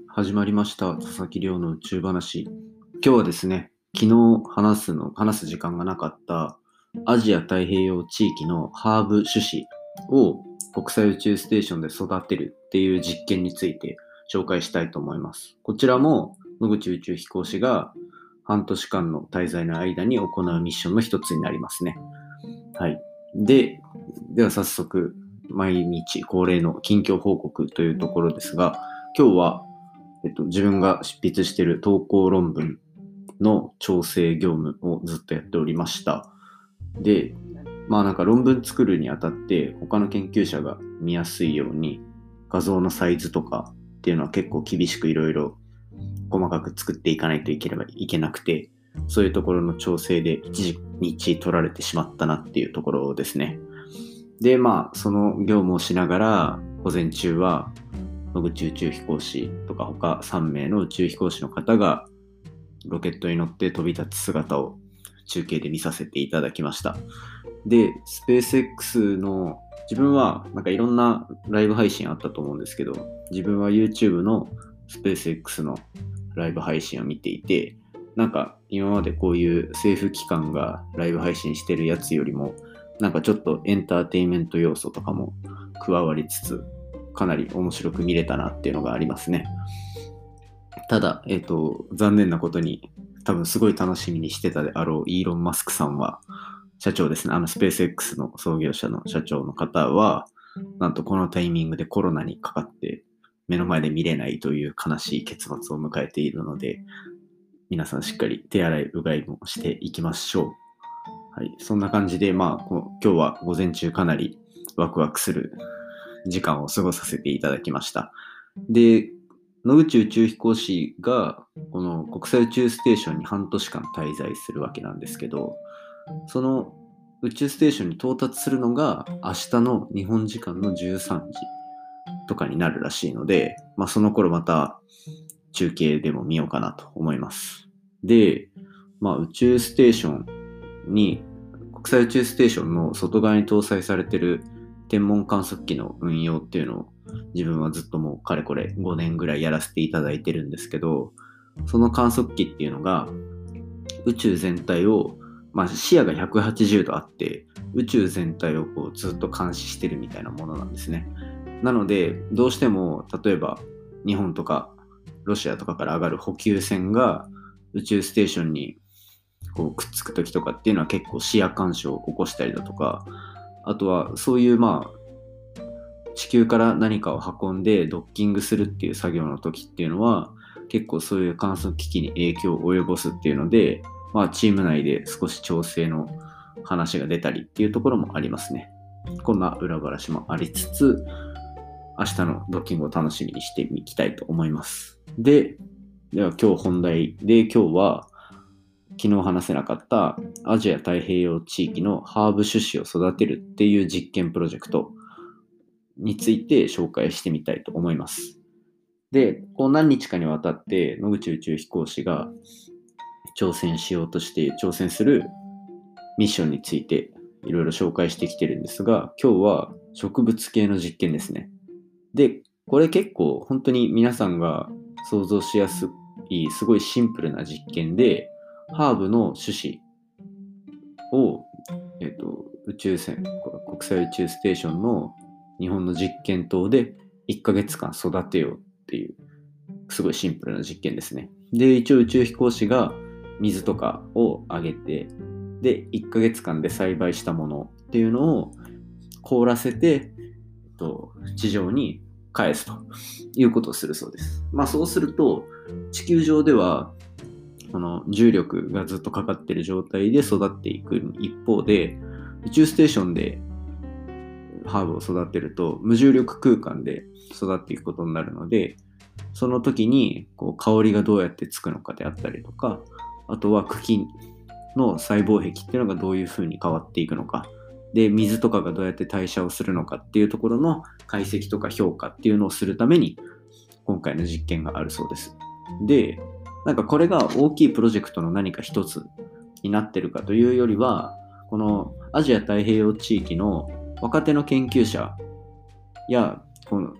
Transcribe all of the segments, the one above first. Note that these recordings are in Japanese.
始まりました。佐々木亮の宇宙話。今日はですね、昨日話す時間がなかったアジア太平洋地域のハーブ種子を国際宇宙ステーションで育てるっていう実験について紹介したいと思います。こちらも野口宇宙飛行士が半年間の滞在の間に行うミッションの一つになりますね。はい。では早速、毎日恒例の近況報告というところですが、今日は自分が執筆している投稿論文の調整業務をずっとやっておりました。で、論文作るにあたって他の研究者が見やすいように画像のサイズとかっていうのは結構厳しくいろいろ細かく作っていかないといけなくて、そういうところの調整で一日取られてしまったなっていうところですね。で、その業務をしながら午前中は野口宇宙飛行士とか他3名の宇宙飛行士の方がロケットに乗って飛び立つ姿を中継で見させていただきました。で、スペース X の自分はいろんなライブ配信あったと思うんですけど、自分は YouTube のスペース X のライブ配信を見ていて、今までこういう政府機関がライブ配信してるやつよりもちょっとエンターテインメント要素とかも加わりつつ、かなり面白く見れたなっていうのがありますね。ただ、残念なことに多分すごい楽しみにしてたであろうイーロン・マスクさんは、社長ですね、スペース X の創業者の社長の方は、なんとこのタイミングでコロナにかかって目の前で見れないという悲しい結末を迎えているので、皆さんしっかり手洗いうがいもしていきましょう。はい、そんな感じで、今日は午前中かなりワクワクする時間を過ごさせていただきました。で、野口宇宙飛行士がこの国際宇宙ステーションに半年間滞在するわけなんですけど、その宇宙ステーションに到達するのが明日の日本時間の13時とかになるらしいので、その頃また中継でも見ようかなと思います。で、宇宙ステーションに国際宇宙ステーションの外側に搭載されている天文観測機の運用っていうのを自分はずっともうかれこれ5年ぐらいやらせていただいてるんですけど、その観測機っていうのが宇宙全体を、視野が180度あって宇宙全体をこうずっと監視してるみたいなものなんですね。なのでどうしても例えば日本とかロシアとかから上がる補給船が宇宙ステーションにこうくっつく時とかっていうのは結構視野干渉を起こしたりだとか、あとはそういう地球から何かを運んでドッキングするっていう作業の時っていうのは結構そういう観測機器に影響を及ぼすっていうので、チーム内で少し調整の話が出たりっていうところもありますね。こんな裏話もありつつ、明日のドッキングを楽しみにしていきたいと思います。では今日本題で、今日は昨日話せなかったアジア太平洋地域のハーブ種子を育てるっていう実験プロジェクトについて紹介してみたいと思います。で、何日かにわたって野口宇宙飛行士が挑戦するミッションについていろいろ紹介してきてるんですが、今日は植物系の実験ですね。で、これ結構本当に皆さんが想像しやすいすごいシンプルな実験で、ハーブの種子を、国際宇宙ステーションの日本の実験棟で1ヶ月間育てようっていうすごいシンプルな実験ですね。で、一応宇宙飛行士が水とかをあげて、で1ヶ月間で栽培したものっていうのを凍らせて、地上に返すということをするそうです。そうすると地球上では重力がずっとかかっている状態で育っていく一方で、宇宙ステーションでハーブを育てると無重力空間で育っていくことになるので、その時に香りがどうやってつくのかであったりとか、あとは茎の細胞壁っていうのがどういう風に変わっていくのかで、水とかがどうやって代謝をするのかっていうところの解析とか評価っていうのをするために今回の実験があるそうです。で、これが大きいプロジェクトの何か一つになってるかというよりは、このアジア太平洋地域の若手の研究者やこの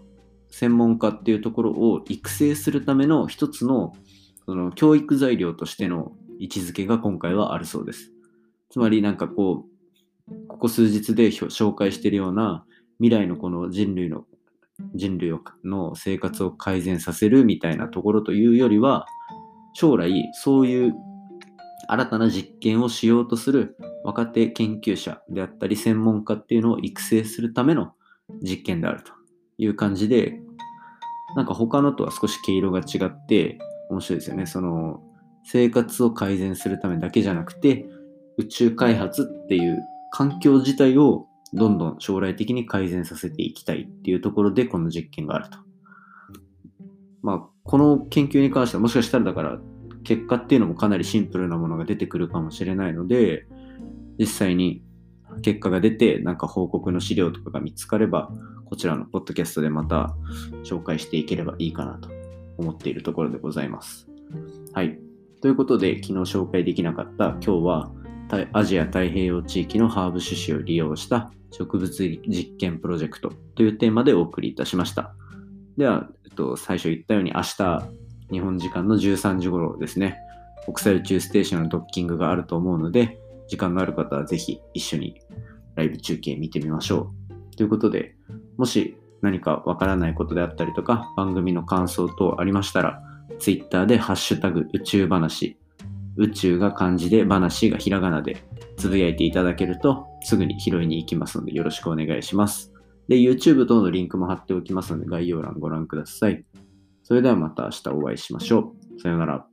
専門家っていうところを育成するための一つのその教育材料としての位置づけが今回はあるそうです。つまりなんかここ数日で紹介しているような未来のこの人類の生活を改善させるみたいなところというよりは、将来そういう新たな実験をしようとする若手研究者であったり専門家っていうのを育成するための実験であるという感じで、なんか他のとは少し毛色が違って面白いですよね。その生活を改善するためだけじゃなくて、宇宙開発っていう環境自体をどんどん将来的に改善させていきたいっていうところでこの実験があると。この研究に関してはもしかしたらだから結果っていうのもかなりシンプルなものが出てくるかもしれないので、実際に結果が出てなんか報告の資料とかが見つかれば、こちらのポッドキャストでまた紹介していければいいかなと思っているところでございます。はい。ということで、昨日紹介できなかった今日はアジア太平洋地域のハーブ種子を利用した植物実験プロジェクトというテーマでお送りいたしました。では、最初言ったように明日、日本時間の13時頃ですね、国際宇宙ステーションのドッキングがあると思うので、時間のある方はぜひ一緒にライブ中継見てみましょう。ということで、もし何かわからないことであったりとか、番組の感想等ありましたら、Twitter でハッシュタグ宇宙話、宇宙が漢字で話がひらがなでつぶやいていただけるとすぐに拾いに行きますのでよろしくお願いします。で、YouTube 等のリンクも貼っておきますので概要欄ご覧ください。それではまた明日お会いしましょう。さようなら。